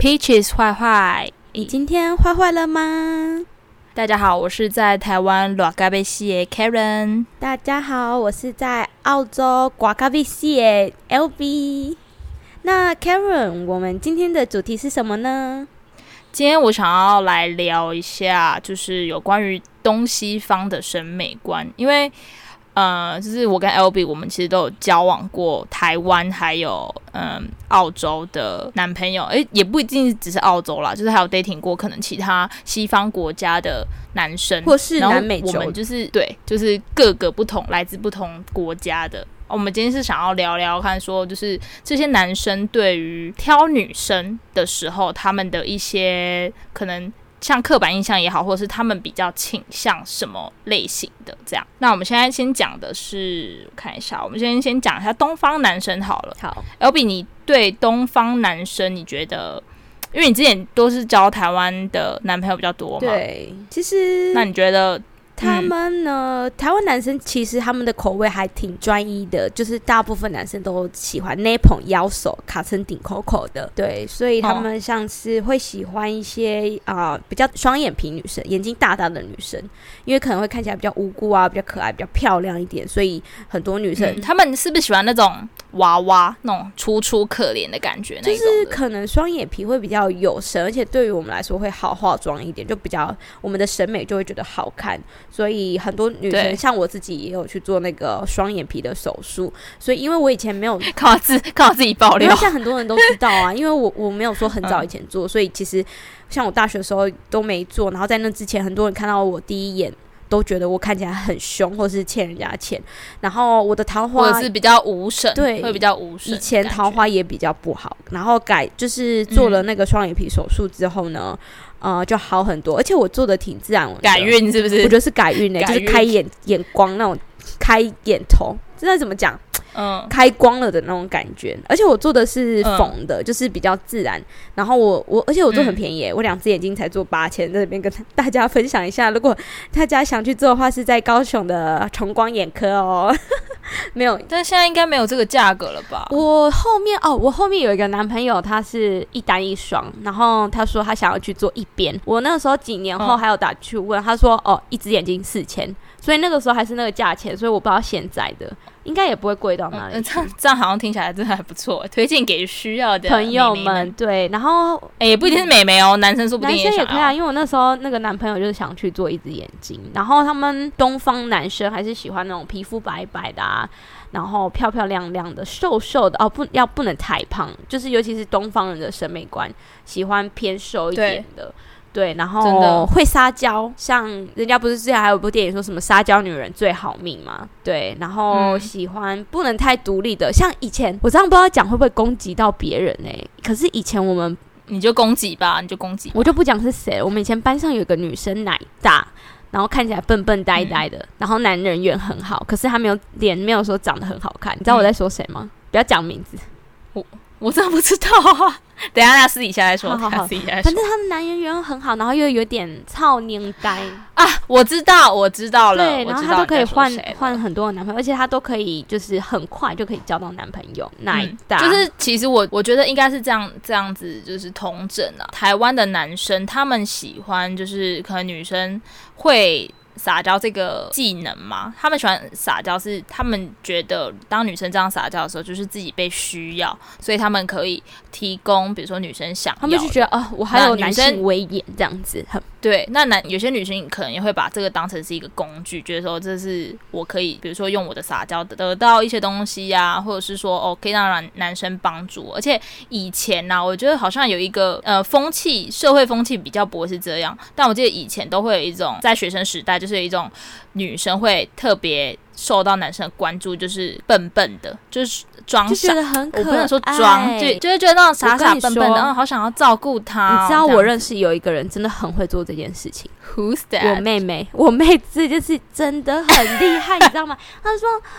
Peaches 坏坏， 你今天坏坏了吗？ 大家好，我是在台湾拉嘎贝西的 Karen。 大家好，我是在澳洲瓜嘎贝西的 LB。那 Karen， 我们今天的主题是什么呢？ 今天我想要来聊一下，就是有关于东西方的审美观，因为就是我跟 LB 我们其实都有交往过台湾还有澳洲的男朋友，也不一定只是澳洲啦，就是还有 dating 过可能其他西方国家的男生， 或是南美洲， 然后我们就是对，就是各个不同来自不同国家的。我们今天是想要聊聊看说，就是这些男生对于挑女生的时候，他们的一些可能像刻板印象也好，或者是他们比较倾向什么类型的这样。那我们现在先讲的是，我看一下，我们先讲一下东方男生好了。 好 ，LB， 你对东方男生你觉得，因为你之前都是交台湾的男朋友比较多嘛？ 对，其实那你觉得？ 他们呢，台湾男生其实他们的口味还挺专一的，就是大部分男生都喜欢内捧腰手、卡层顶口口的，对，所以他们像是会喜欢一些比较双眼皮女生，眼睛大大的女生，因为可能会看起来比较无辜啊，比较可爱，比较漂亮一点，所以很多女生， 他们是不是喜欢那种娃娃那种楚楚可怜的感觉？ 就是可能双眼皮会比较有神，而且对于我们来说会好化妆一点，就比较我们的审美就会觉得好看。所以很多女生像我自己也有去做那个双眼皮的手术，所以因为我以前没有看我自己爆料， 像很多人都知道啊，因为我没有说很早以前做，所以其实像我大学的时候都没做，然后在那之前很多人看到我第一眼都觉得我看起来很凶，或是欠人家钱，然后我的桃花或者是比较无神， 对， 会比较无神。 以前桃花也比较不好，然后就是做了那个双眼皮手术之后呢，就好很多，而且我做的挺自然的， 改运是不是？ 我觉得是改运就是开眼光那种，开眼头，知道怎么讲？开光了的那种感觉，而且我做的是缝的，就是比较自然。然后而且我做很便宜我2只眼睛才做8000，在这边跟大家分享一下。如果大家想去做的话，是在高雄的崇光眼科哦。没有， 但现在应该没有这个价格了吧？ 我后面有一个男朋友，他是一单一双，然后他说他想要去做一边。我那个时候几年后还有打去问，他说一只眼睛4000，所以那个时候还是那个价钱，所以我不知道现在的应该也不会贵到哪里。 这样好像听起来真的还不错，推荐给需要的朋友们。对，然后也不一定是美眉哦，男生说不定也想要。 男生也可以啊，因为我那时候那个男朋友就是想去做一只眼睛，然后他们东方男生还是喜欢那种皮肤白白的啊，然后漂漂亮亮的、瘦瘦的不能太胖，就是尤其是东方人的审美观，喜欢偏瘦一点的。对，然后会撒娇，像人家不是之前还有部电影说什么撒娇女人最好命吗？对，然后喜欢不能太独立的，像以前我这样不知道讲会不会攻击到别人可是以前你就攻击吧， 我就不讲是谁了。我们以前班上有个女生奶大，然后看起来笨笨呆呆的，然后男人缘很好，可是她没有说长得很好看。你知道我在说谁吗？不要讲名字， 我真的不知道啊。等一下私底下再说。好，反正他的男人缘很好，然后又有点操年呆啊。我知道了。 对，然后他都可以换很多的男朋友，而且他都可以就是很快就可以交到男朋友。奶大就是其实我觉得应该是这样子，就是统整啊。台湾的男生他们喜欢就是可能女生会撒娇这个技能嘛，他们喜欢撒娇，是他们觉得当女生这样撒娇的时候，就是自己被需要，所以他们可以提供，比如说女生想要的， 他们就觉得我还有男性威严这样子。 对，那有些女生可能也会把这个当成是一个工具，觉得说这是我可以，比如说用我的撒娇得到一些东西啊，或者是说可以让男生帮助我。而且以前我觉得好像有一个社会风气比较不会是这样，但我记得以前都会有一种在学生时代，就是有一种女生会特别受到男生的关注，就是笨笨的，就是装傻， 就觉得很可爱。 我不能说装，就会觉得那种傻傻笨笨的，然后好想要照顾他。 你知道我认识有一个人真的很会做这件事情。 Who's that？ 我妹这件事真的很厉害，你知道吗？她说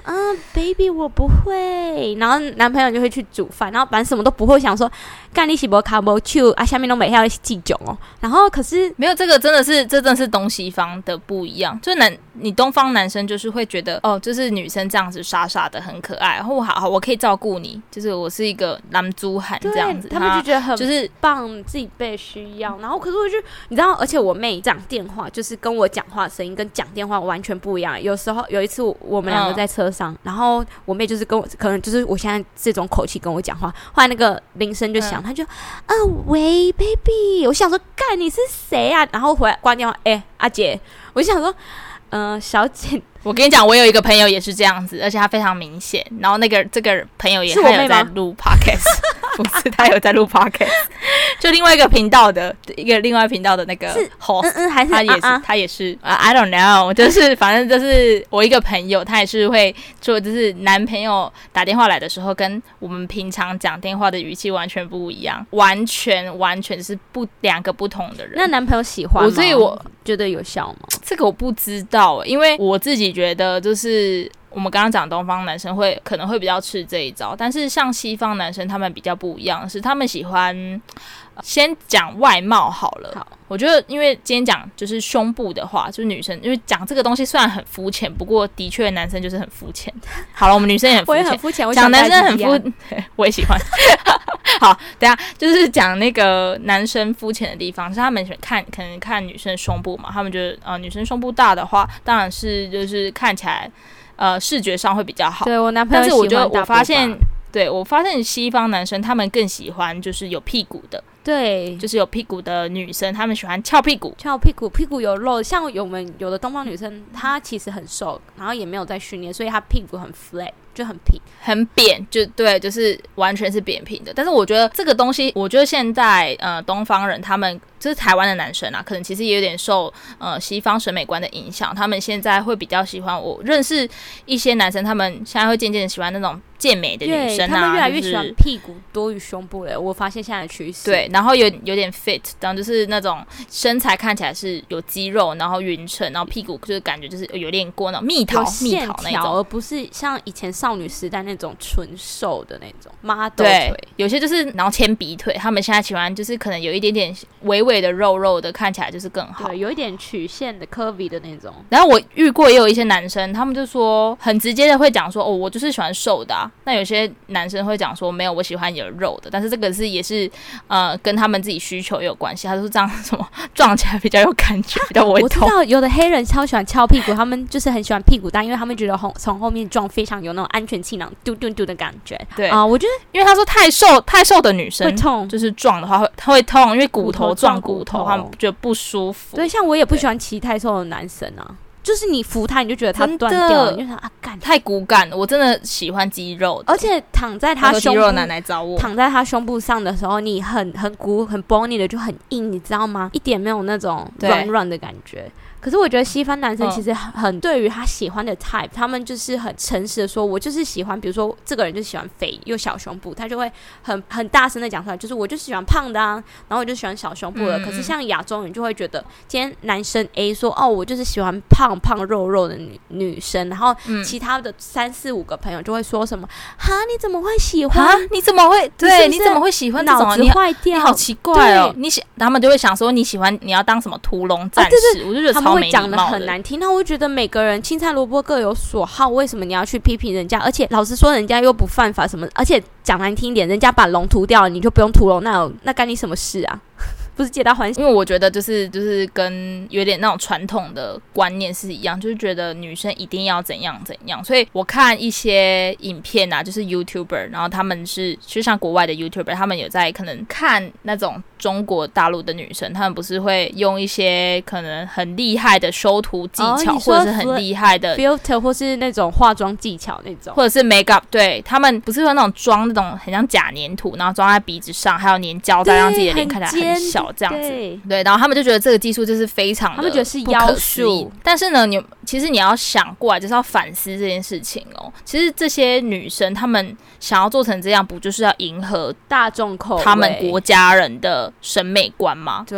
baby 我不会，然后男朋友就会去煮饭，然后反正什么都不会，想说干你是不卡不手啊，下面都没要记种哦。然后可是没有这个真的是东西方的不一样，就是你东方男生就是会觉得就是女生这样子傻傻的很可爱，然后好我可以照顾你，就是我是一个男猪汉这样子， 他们就觉得很就是棒，自己被需要。然后可是我就你知道，而且我妹讲电话就是跟我讲话的声音跟讲电话完全不一样。有时候有一次我们两个在车上，然后我妹就是跟我可能就是我现在这种口气跟我讲话，后来那个铃声就响，她就喂 baby， 我想说干你是谁啊？然后回来挂电话，阿姐，我就想说小姐。 我跟你讲，我有一个朋友也是这样子，而且他非常明显。然后这个朋友他有在录 podcast， 不是他有在录 podcast， 就另外一个频道的另外频道的那个 host， 还是他也是I don't know， 就是反正就是我一个朋友，他也是会做，就是男朋友打电话来的时候，跟我们平常讲电话的语气完全不一样，完全是两个不同的人。 那男朋友喜欢吗？ 所以我觉得有效吗？ 这个我不知道，因为我自己觉得就是我们刚刚讲东方男生可能会比较吃这一招，但是像西方男生他们比较不一样，是他们喜欢先讲外貌好了。 好， 我觉得因为今天讲就是胸部的话，就是女生因为讲这个东西虽然很肤浅，不过的确男生就是很肤浅。好了，我们女生也很肤浅， 我也很肤浅， 讲男生很肤，我也喜欢。好，等一下就是讲那个男生肤浅的地方，是他们可能看女生的胸部嘛，他们觉得女生胸部大的话，当然是就是看起来视觉上会比较好。 对，我男朋友喜欢大波霸， 但是我发现西方男生他们更喜欢就是有屁股的。 对， 就是有屁股的女生，她们喜欢翘屁股， 屁股有肉。像我们有的东方女生，她其实很瘦，然后也没有在训练，所以她屁股很 flat， 就很平， 很扁，就对，就是完全是扁平的。但是我觉得这个东西，我觉得现在东方人他们就是台湾的男生啊，可能其实也有点受西方审美观的影响，他们现在会比较喜欢。我认识一些男生，他们现在会渐渐喜欢那种健美的女生啊， 他们越来越喜欢屁股多于胸部了。我发现现在的趋势。 对，然后有点 fit， 然后就是那种身材看起来是有肌肉，然后匀称，然后屁股就是感觉就是有练过那种蜜桃那种， 而不是像以前少女时代那种纯瘦的那种 model 腿。 对， 有些就是然后铅笔腿，他们现在喜欢就是可能有一点点微微的肉的，看起来就是更好， 对，有一点曲线的 curvy 的那种。 然后我遇过也有一些男生，他们就说很直接的会讲说，我就是喜欢瘦的啊。那有些男生会讲说，没有，我喜欢有肉的。但是这个也是跟他们自己需求也有关系。他说这样什么撞起来比较有感觉，比较不会痛。 我知道有的黑人超喜欢翘屁股，他们就是很喜欢屁股大，因为他们觉得从后面撞非常有那种安全气囊丢丢丢的感觉。 对我觉得因为他说太瘦的女生会痛， 就是撞的话会痛，因为骨头撞骨头，他们觉得不舒服。 对，像我也不喜欢骑太瘦的男生啊。就是你扶他，你就觉得他断掉了，你就想干太骨感了。我真的喜欢肌肉的， 而且躺在他胸部， 肌肉男来找我， 躺在他胸部上的时候，你很鼓很 bony 的就很硬，你知道吗？一点没有那种软软的感觉。可是我觉得西方男生其实很对于他喜欢的 type，他们就是很诚实的说，我就是喜欢，比如说这个人就喜欢肥又小胸部，他就会很大声的讲出来，就是我就喜欢胖的啊，然后我就喜欢小胸部的。可是像亚洲人就会觉得，今天男生 A 说我就是喜欢胖肉的女生，然后其他的3、4、5个朋友就会说什么你怎么会喜欢？ 你怎么会对？你怎么会喜欢这种？ 脑子坏掉， 你好奇怪哦！他们就会想说你喜欢你要当什么屠龙战士？我就觉得超没礼貌的。他们会讲得很难听，那我觉得每个人青菜萝卜各有所好，为什么你要去批评人家？而且老实说，人家又不犯法什么，而且讲难听一点，人家把龙屠掉了，你就不用屠龙，那干你什么事啊？不是皆大欢喜。 因为我觉得就是跟有点那种传统的观念是一样，就是觉得女生一定要怎样怎样。所以我看一些影片啊，就是 YouTuber， 然后他们就像国外的 YouTuber， 他们有在可能看那种中国大陆的女生，他们不是会用一些可能很厉害的修图技巧，或者是很厉害的 filter， 或是那种化妆技巧那种， 或者是 makeup。对，他们不是会那种装那种很像假粘土，然后装在鼻子上，还有粘胶带，让自己的脸看起来很小这样子。对，然后他们就觉得这个技术就是非常的， 他们觉得是妖术。 但是呢，其实你要想过来，就是要反思这件事情哦。其实这些女生她们想要做成这样，不就是要迎合大众口味、 他们国家人的审美观吗？ 对。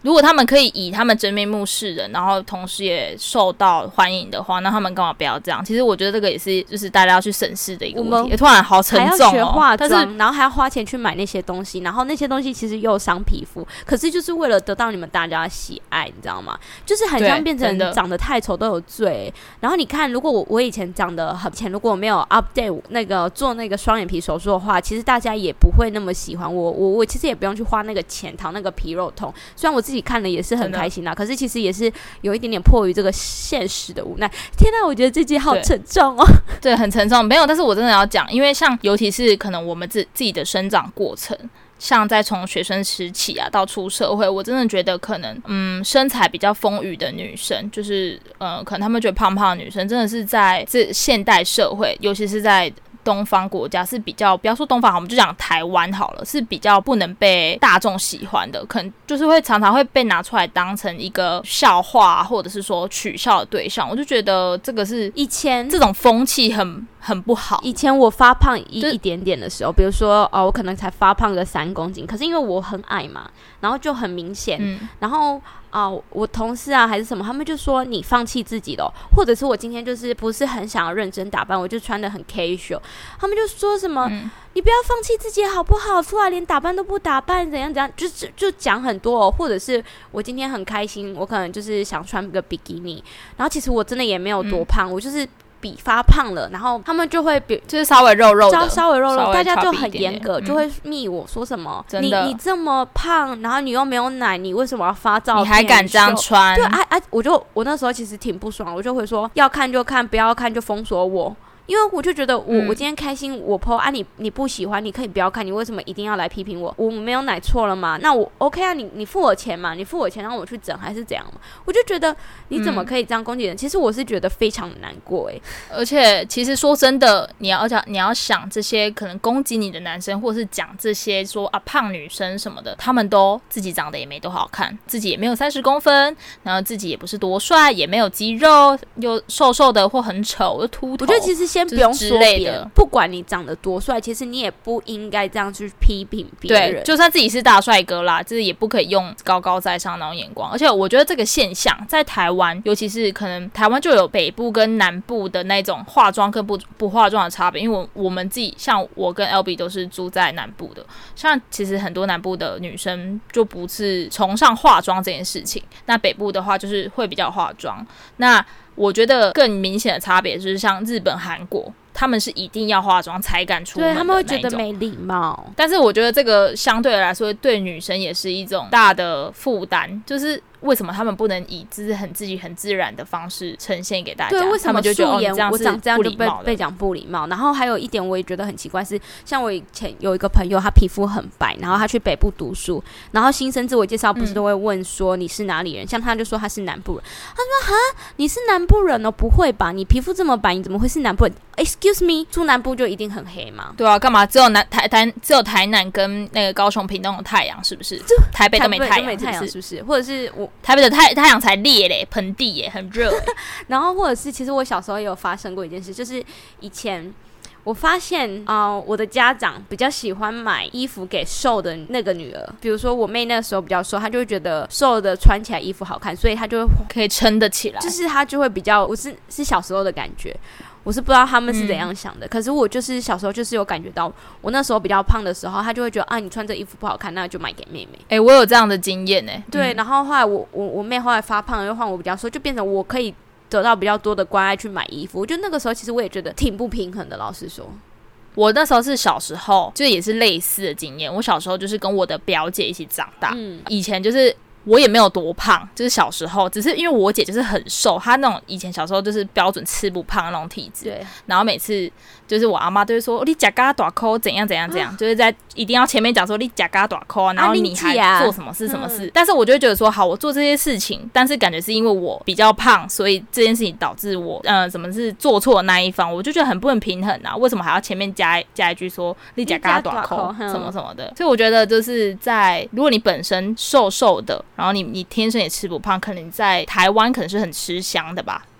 如果他们可以以他们真面目示人，然后同时也受到欢迎的话，那他们干嘛不要这样？其实我觉得这个也是就是大家要去审视的一个问题。突然好沉重哦， 还要学化妆，然后还要花钱去买那些东西，然后那些东西其实又伤皮肤，可是就是为了得到你们大家的喜爱，你知道吗？就是很像变成长得太丑都有罪。然后你看，如果我以前长得很浅，如果我没有 update 那个做那个双眼皮手术的话，其实大家也不会那么喜欢我。我其实也不用去花那个钱讨那个皮肉痛，虽然我自己看了也是很开心啦，可是其实也是有一点点迫于这个现实的无奈。天哪，我觉得这集好沉重哦。 对，很沉重。没有，但是我真的要讲，因为像尤其是可能我们自己的生长过程。像在从学生时期啊到出社会，我真的觉得可能身材比较丰腴的女生，就是可能他们觉得胖胖的女生，真的是在这现代社会，尤其是在东方国家是比较，不要说东方好，我们就讲台湾好了，是比较不能被大众喜欢的，可能就是会常常会被拿出来当成一个笑话，或者是说取笑的对象。我就觉得这个是以前这种风气很不好。 以前我发胖一点点的时候，比如说我可能才发胖个3公斤，可是因为我很矮嘛，然后就很明显，然后我同事啊还是什么，他们就说你放弃自己了，或者是我今天就是不是很想要认真打扮，我就穿得很 casual， 他们就说什么你不要放弃自己好不好？出来连打扮都不打扮，怎样怎样，就讲很多哦。或者是我今天很开心，我可能就是想穿个比基尼，然后其实我真的也没有多胖，我就是比发胖了，然后他们就会就是稍微肉肉的， 稍微肉肉，大家就很严格，就会密我说什么你这么胖，然后你又没有奶，你为什么要发照片？ 你还敢这样穿？ 对我那时候其实挺不爽，我就会说要看就看，不要看就封锁我。因为我就觉得我今天开心，我 po 啊你不喜欢，你可以不要看，你为什么一定要来批评我？我没有奶错了吗？那我 OK 啊，你付我钱嘛，你付我钱让我去整还是怎样嘛？我就觉得你怎么可以这样攻击人？其实我是觉得非常难过而且其实说真的，你要想这些可能攻击你的男生，或是讲这些说胖女生什么的，他们都自己长得也没多好看，自己也没有30公分，然后自己也不是多帅，也没有肌肉，又瘦瘦的或很丑又秃头。 我觉得其实先不用说别人，不管你长得多帅，其实你也不应该这样去批评别人。 对，就算自己是大帅哥啦，就是也不可以用高高在上那种眼光。而且我觉得这个现象在台湾，尤其是可能台湾就有北部跟南部的那种化妆跟不化妆的差别。因为我们自己，像我跟 Albee 都是住在南部的，像其实很多南部的女生就不是崇尚化妆这件事情，那北部的话就是会比较化妆。那我觉得更明显的差别就是像日本、韩国，他们是一定要化妆才敢出门的那一种， 对，他们会觉得没礼貌。 但是我觉得这个相对来说对女生也是一种大的负担，就是为什么他们不能以自己很自然的方式呈现给大家？ 对，为什么素颜我长这样就被讲不礼貌？然后还有一点我也觉得很奇怪是，像我以前有一个朋友，他皮肤很白，然后他去北部读书，然后新生自我介绍不是都会问说你是哪里人？像他就说他是南部人，他说哈你是南部人哦？不会吧，你皮肤这么白，你怎么会是南部人？Excuse me， 住南部就一定很黑吗？ 对啊，干嘛只有台南跟那个高雄屏东有太阳是不是？台北都没太阳是不是？或者是台北的太阳才烈嘞，盆地耶，很热然后或者是其实我小时候也有发生过一件事，就是以前我发现我的家长比较喜欢买衣服给瘦的那个女儿，比如说我妹那个时候比较瘦，她就会觉得瘦的穿起来衣服好看，所以她就会可以撑得起来， 就是她就会比较，我是小时候的感觉，我是不知道他们是怎样想的，可是我就是小时候就是有感觉到，我那时候比较胖的时候，她就会觉得你穿这衣服不好看，那就买给妹妹。 我有这样的经验对，然后后来我妹后来发胖了，又换我比较瘦，就变成我可以得到比较多的关爱去买衣服。我觉得那个时候其实我也觉得挺不平衡的，老实说。 我那时候是小时候，就也是类似的经验。我小时候就是跟我的表姐一起长大，以前就是我也没有多胖，就是小时候，只是因为我姐就是很瘦，她那种以前小时候就是标准吃不胖的那种体质。 对。 然后每次就是我阿妈都会说，你脚嘎大扣怎样怎样怎样，就是在一定要前面讲说你脚嘎大扣，然后你还做什么事什么事。但是我就会觉得说，好，我做这些事情，但是感觉是因为我比较胖，所以这件事情导致我怎么是做错的那一方，我就觉得很不能平衡啊。为什么还要前面加一句说你脚嘎大扣什么什么的？所以我觉得就是在如果你本身瘦瘦的，然后你天生也吃不胖，可能你在台湾可能是很吃香的吧。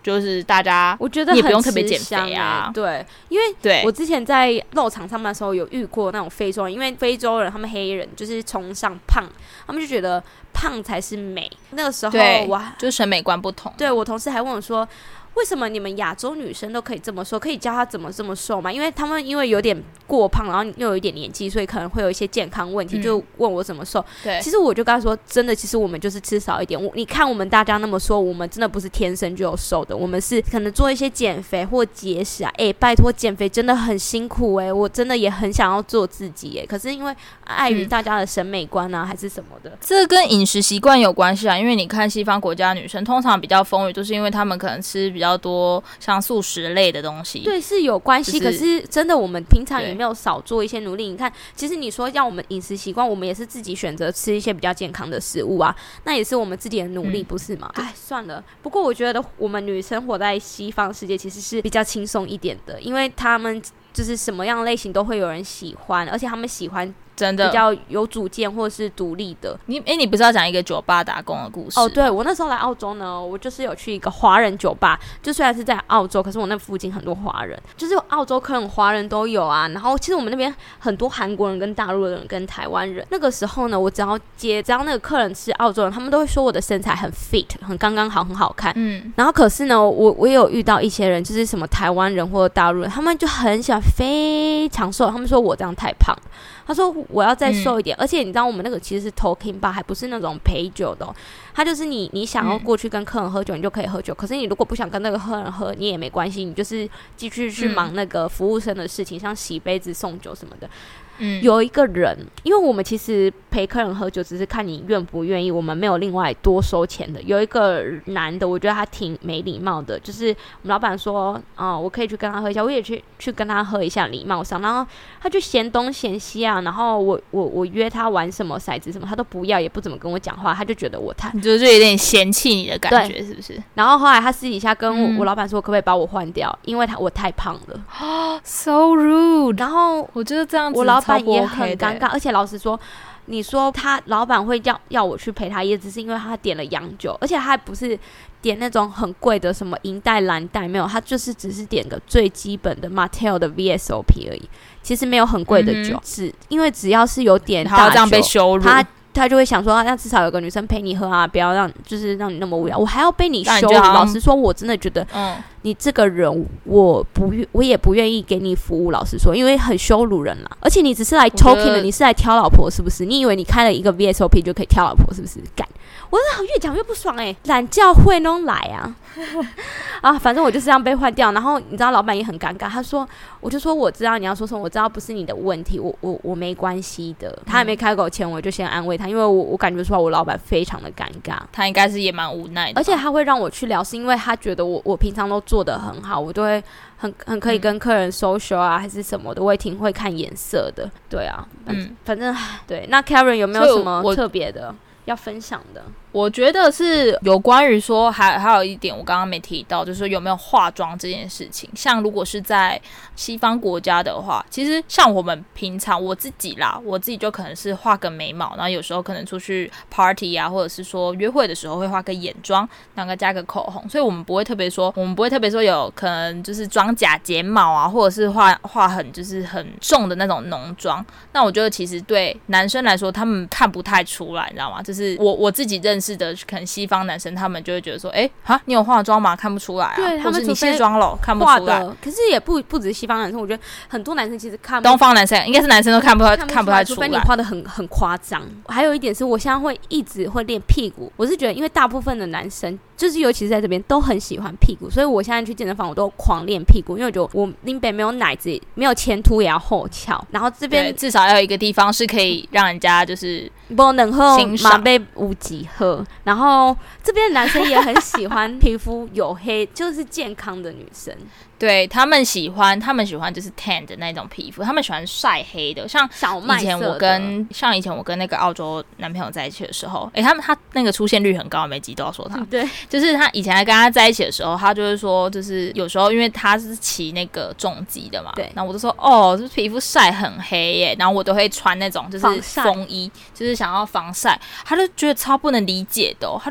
就是大家我觉得也不用特别减肥啊。 对，因为我之前在肉场上班的时候有遇过那种非洲人，因为非洲人他们黑人就是崇尚胖，他们就觉得胖才是美。那个时候哇， 就是审美观不同。 对，我同事还问我说，为什么你们亚洲女生都可以这么瘦？可以教她怎么这么瘦吗？因为他们因为有点过胖，然后又有一点年纪，所以可能会有一些健康问题，就问我怎么瘦。 对， 其实我就跟他说，真的，其实我们就是吃少一点。你看我们大家那么说，我们真的不是天生就有瘦的，我们是可能做一些减肥或节食啊。拜托，减肥真的很辛苦我真的也很想要做自己可是因为碍于大家的审美观啊，还是什么的， 这跟饮食习惯有关系啊。因为你看西方国家的女生通常比较丰腴，就是因为她们可能吃比较多像素食类的东西。 对，是有关系。可是真的，我们平常也没有少做一些努力。你看，其实你说要我们饮食习惯，我们也是自己选择吃一些比较健康的食物啊，那也是我们自己的努力，不是吗？算了。不过我觉得我们女生活在西方世界其实是比较轻松一点的，因为他们就是什么样类型都会有人喜欢，而且他们喜欢真的比较有主见或是独立的。 你不是要讲一个酒吧打工的故事？ 对，我那时候来澳洲呢，我就是有去一个华人酒吧，就虽然是在澳洲，可是我那附近很多华人，就是澳洲客人华人都有啊。然后其实我们那边很多韩国人跟大陆人跟台湾人。那个时候呢，我只要那个客人是澳洲人，他们都会说我的身材很 fit， 很刚刚好，很好看。然后可是呢，我也有遇到一些人，就是什么台湾人或者大陆人，他们就很喜欢非常瘦，他们说我这样太胖。他说我要再瘦一点，而且你知道我们那个其实是 talking bar， 还不是那种陪酒的他就是你想要过去跟客人喝酒，你就可以喝酒，可是你如果不想跟那个客人喝，你也没关系，你就是继续去忙那个服务生的事情，像洗杯子、送酒什么的。有一个人，因为我们其实陪客人喝酒只是看你愿不愿意，我们没有另外多收钱的。有一个男的，我觉得他挺没礼貌的，就是我们老板说我可以去跟他喝一下，我也去跟他喝一下，礼貌上，然后他就嫌东嫌西啊，然后我约他玩什么骰子什么他都不要，也不怎么跟我讲话，他就觉得你就是有点嫌弃你的感觉，是不是？ 然后后来他私底下跟我老板说可不可以把我换掉，因为我太胖了。 So rude。 然后我觉得这样子我老板也很尴尬，而且老实说，你说他老板会要我去陪他，也只是因为他点了洋酒，而且他还不是点那种很贵的什么银带蓝带，没有，他就是只是点个最基本的 Martell 的 VSOP 而已，其实没有很贵的酒，因为只要是有点大酒， 他这样被羞辱， 他就会想说那至少有个女生陪你喝啊，不要让你那么无聊，我还要被你羞辱。老实说，我真的觉得你这个人我也不愿意给你服务，老实说，因为很羞辱人啦。而且你只是来 talking 的，你是来挑老婆是不是？你以为你开了一个 VSOP 就可以挑老婆是不是？干！我真的越讲越不爽懒觉会弄来啊反正我就是这样被换掉。然后你知道老板也很尴尬，我就说我知道你要说什么，我知道不是你的问题，我没关系的。他还没开口前，我就先安慰他，因为我感觉出来我老板非常的尴尬， 他应该是也蛮无奈的， 而且他会让我去聊，是因为他觉得我平常都做得很好，我都会很可以跟客人 social 啊，还是什么的，我也挺会看颜色的。对啊，反正对。那 Karen 有没有什么特别的要分享的？ 我觉得是有关于说还有一点我刚刚没提到，就是说有没有化妆这件事情。像如果是在西方国家的话，其实像我们平常我自己就可能是画个眉毛，然后有时候可能出去 party 啊，或者是说约会的时候会画个眼妆，然后加个口红，所以我们不会特别说有可能就是装假睫毛啊，或者是画很就是很重的那种浓妆。那我觉得其实对男生来说他们看不太出来，你知道吗？就是我自己认识的可能西方男生，他们就会觉得说你有化妆吗？看不出来啊。 对，他们你卸妆了看不出来。 可是也不只是西方男生，我觉得很多男生其实东方男生应该是男生都看不太出来， 除非你画的很夸张。还有一点是我现在一直会练屁股，我是觉得因为大部分的男生就是尤其是在这边都很喜欢屁股，所以我现在去健身房我都狂练屁股，因为我觉得我林北没有奶子，没有前凸也要后翘，然后这边至少要有一个地方是可以让人家就是不能喝马背无几喝。然后这边的男生也很喜欢皮肤黝黑，就是健康的女生。 对，他们喜欢就是 tan 的那种皮肤，他们喜欢晒黑的。像以前我跟那个澳洲男朋友在一起的时候，他那个出现率很高，每集都要说他。 对， 就是他以前跟他在一起的时候，他就是说，就是有时候因为他是骑那个重机的嘛，对，然后我就说这皮肤晒很黑耶，然后我都会穿那种就是风衣，就是想要防晒，他就觉得超不能理解的他就说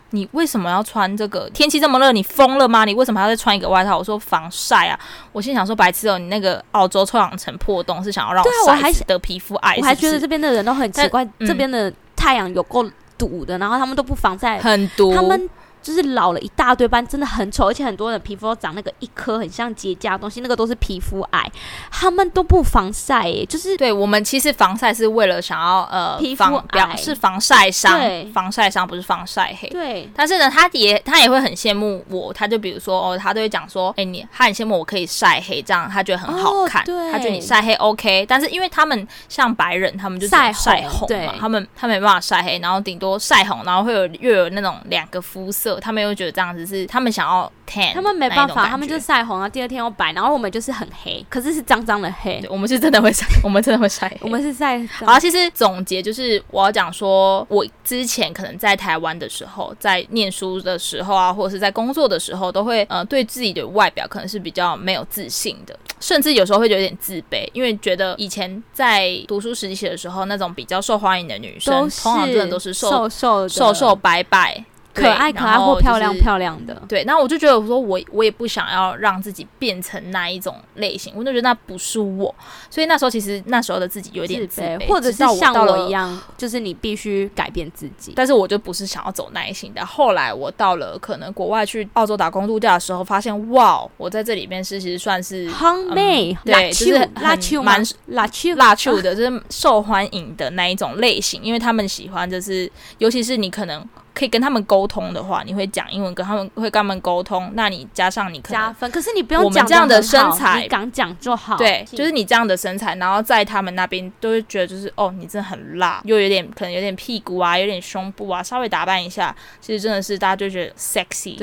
你为什么要穿这个？天气这么热，你疯了吗？你为什么还要再穿一个外套？我说防晒啊。我心想说白痴哦，你那个澳洲臭氧层破洞是想要让我晒死得皮肤癌是不是？ 我还觉得这边的人都很奇怪，这边的太阳有够毒的，然后他们都不防晒， 很毒。 他们就是老了一大堆斑，真的很丑，而且很多人皮肤都长那个一颗很像结痂的东西，那个都是皮肤癌，他们都不防晒耶，就是对我们其实防晒是为了想要皮肤癌是防晒伤， 对， 防晒伤不是防晒黑。 对， 但是呢，他也会很羡慕我，他就比如说他都会讲说，他很羡慕我可以晒黑，这样他觉得很好看， 对， 他觉得你晒黑 OK， 但是因为他们像白人，他们就晒红嘛，他没办法晒黑，然后顶多晒红，然后会又有那种两个肤色。他们又觉得这样子是他们想要 tan， 他们没办法，他们就晒红，然后第二天又白，然后我们就是很黑，可是是脏脏的黑。 我们是真的会晒，我们真的会晒黑， 我们是晒。 好，其实总结就是我要讲说，我之前可能在台湾的时候，在念书的时候啊，或者是在工作的时候，都会对自己的外表可能是比较没有自信的，甚至有时候会有点自卑，因为觉得以前在读书实习的时候，那种比较受欢迎的女生，通常真的都是瘦瘦白白。 可爱或漂亮的， 对。然后我就觉得，我说我也不想要让自己变成那一种类型，我就觉得那不是我，所以那时候其实那时候的自己有一点自卑， 或者是像我一样，就是你必须改变自己。 但是我就不是想要走那一型的。后来我到了可能国外去澳洲打工度假的时候，发现哇，我在这里面其实算是很美， 对，就是蛮辣秋的，就是受欢迎的那一种类型，因为他们喜欢就是，尤其是你可能可以跟他们沟通的话，你会讲英文，跟他们沟通，那你加上你可能加分。可是你不用讲我们这样的身材， 你敢讲就好。 对，就是你这样的身材，然后在他们那边都会觉得就是你真的很辣，又有点可能有点屁股啊，有点胸部啊，稍微打扮一下，其实真的是大家就觉得 sexy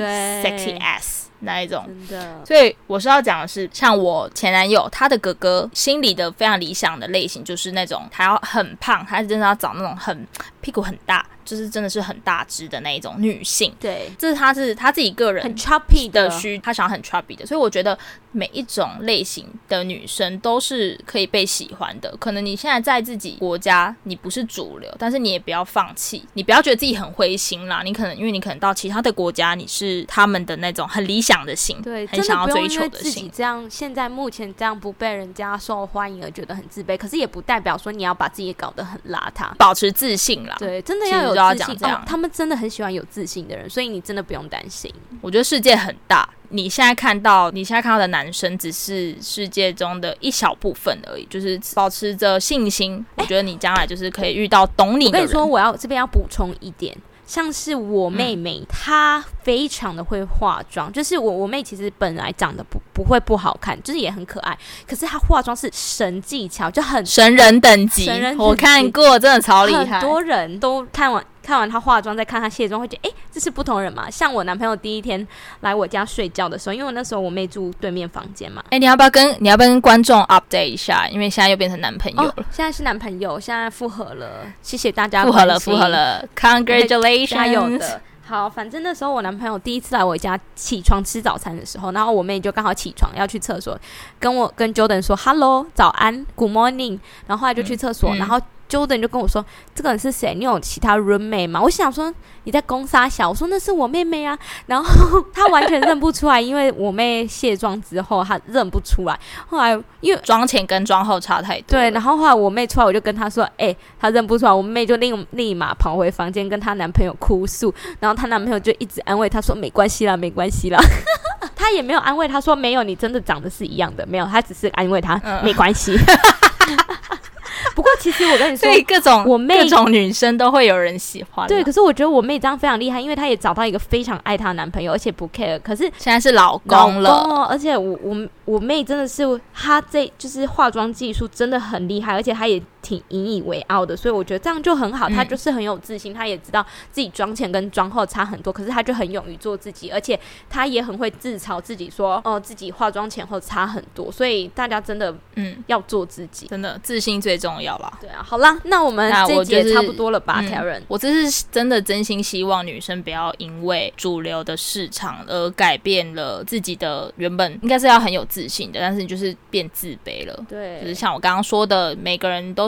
ass。那一种， 真的， 所以我是要讲的是，像我前男友，他的哥哥心里的非常理想的类型就是那种他要很胖，他真的要找那种很屁股很大，就是真的是很大只的那一种女性。 对， 这是他自己个人很 chubby 的他想要很 chubby 的，所以我觉得每一种类型的女生都是可以被喜欢的。可能你现在在自己国家你不是主流，但是你也不要放弃，你不要觉得自己很灰心啦。你可能因为你可能到其他的国家，你是他们的那种很理想的型， 对， 很想要追求的型。 真的不用因为自己这样，现在目前这样不被人家受欢迎而觉得很自卑，可是也不代表说你要把自己搞得很邋遢， 保持自信啦。 对，真的要有自信。他们真的很喜欢有自信的人，所以你真的不用担心。 我觉得世界很大，你现在看到的男生只是世界中的一小部分而已，就是保持着信心，我觉得你将来就是可以遇到懂你的人。 我跟你说，我这边要补充一点。像是我妹妹，她非常的会化妆，就是我妹其实本来长得不会不好看，就是也很可爱，可是她化妆是神技巧，就很神人等级，我看过，真的超厉害， 很多人都看完她化妆再看她卸妆会觉得这是不同人嘛。像我男朋友第一天来我家睡觉的时候，因为我那时候我妹住对面房间嘛， 你要不要跟观众 update 一下？因为现在又变成男朋友了， 现在是男朋友，现在复合了，谢谢大家， 复合了 ，congratulations， 加油的。好，反正那时候我男朋友第一次来我家起床吃早餐的时候，然后我妹就刚好起床要去厕所，跟 Jordan 说 Hello 早安 Good morning， 然后后来就去厕所，然后Jordan 就跟我说这个人是谁？你有其他 roommate 吗？我想说你在攻杀小，我说那是我妹妹啊，然后他完全认不出来，因为我妹卸妆之后他认不出来。后来因为妆前跟妆后差太多， 对，然后后来我妹出来，我就跟她说她认不出来，我妹就立马跑回房间跟她男朋友哭诉，然后她男朋友就一直安慰她说没关系啦，没关系啦。他也没有安慰她说没有，你真的长得是一样的，没有，他只是安慰她没关系。不过其实我跟你说， 所以各种女生都会有人喜欢。 对，可是我觉得我妹这样非常厉害，因为她也找到一个非常爱她的男朋友，而且不 care。可是现在是老公了， 而且我妹真的是她就是化妆技术真的很厉害，而且她也挺引以为傲的，所以我觉得这样就很好。她就是很有自信，她也知道自己妆前跟妆后差很多，可是她就很勇于做自己，而且她也很会自嘲自己说自己化妆前后差很多，所以大家真的要做自己， 真的自信最重要啦。 对啊，好啦，那我们这一集也差不多了吧 Karen？ 我这是真的真心希望女生不要因为主流的市场而改变了自己的原本应该是要很有自信的，但是你就是变自卑了。 对， 就是像我刚刚说的，每个人都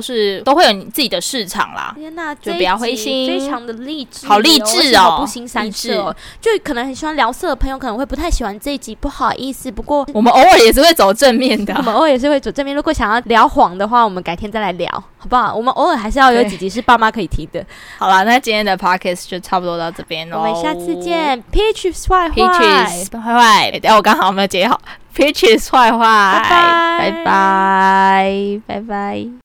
都会有你自己的市场啦。 天哪， 就不要灰心， 非常的励志， 好励志哦， 好不腥三色哦。就可能很喜欢聊色的朋友可能会不太喜欢这一集，不好意思。不过我们偶尔也是会走正面的， 我们偶尔也是会走正面。如果想要聊谎的话，我们改天再来聊，好不好？我们偶尔还是要有几集是爸妈可以听的。 好啦，那今天的 podcast 就差不多到这边咯， 我们下次见。Peaches 坏坏 ，Peaches 坏坏，我刚好没有接好。Peaches 坏坏，拜拜，拜拜，拜拜。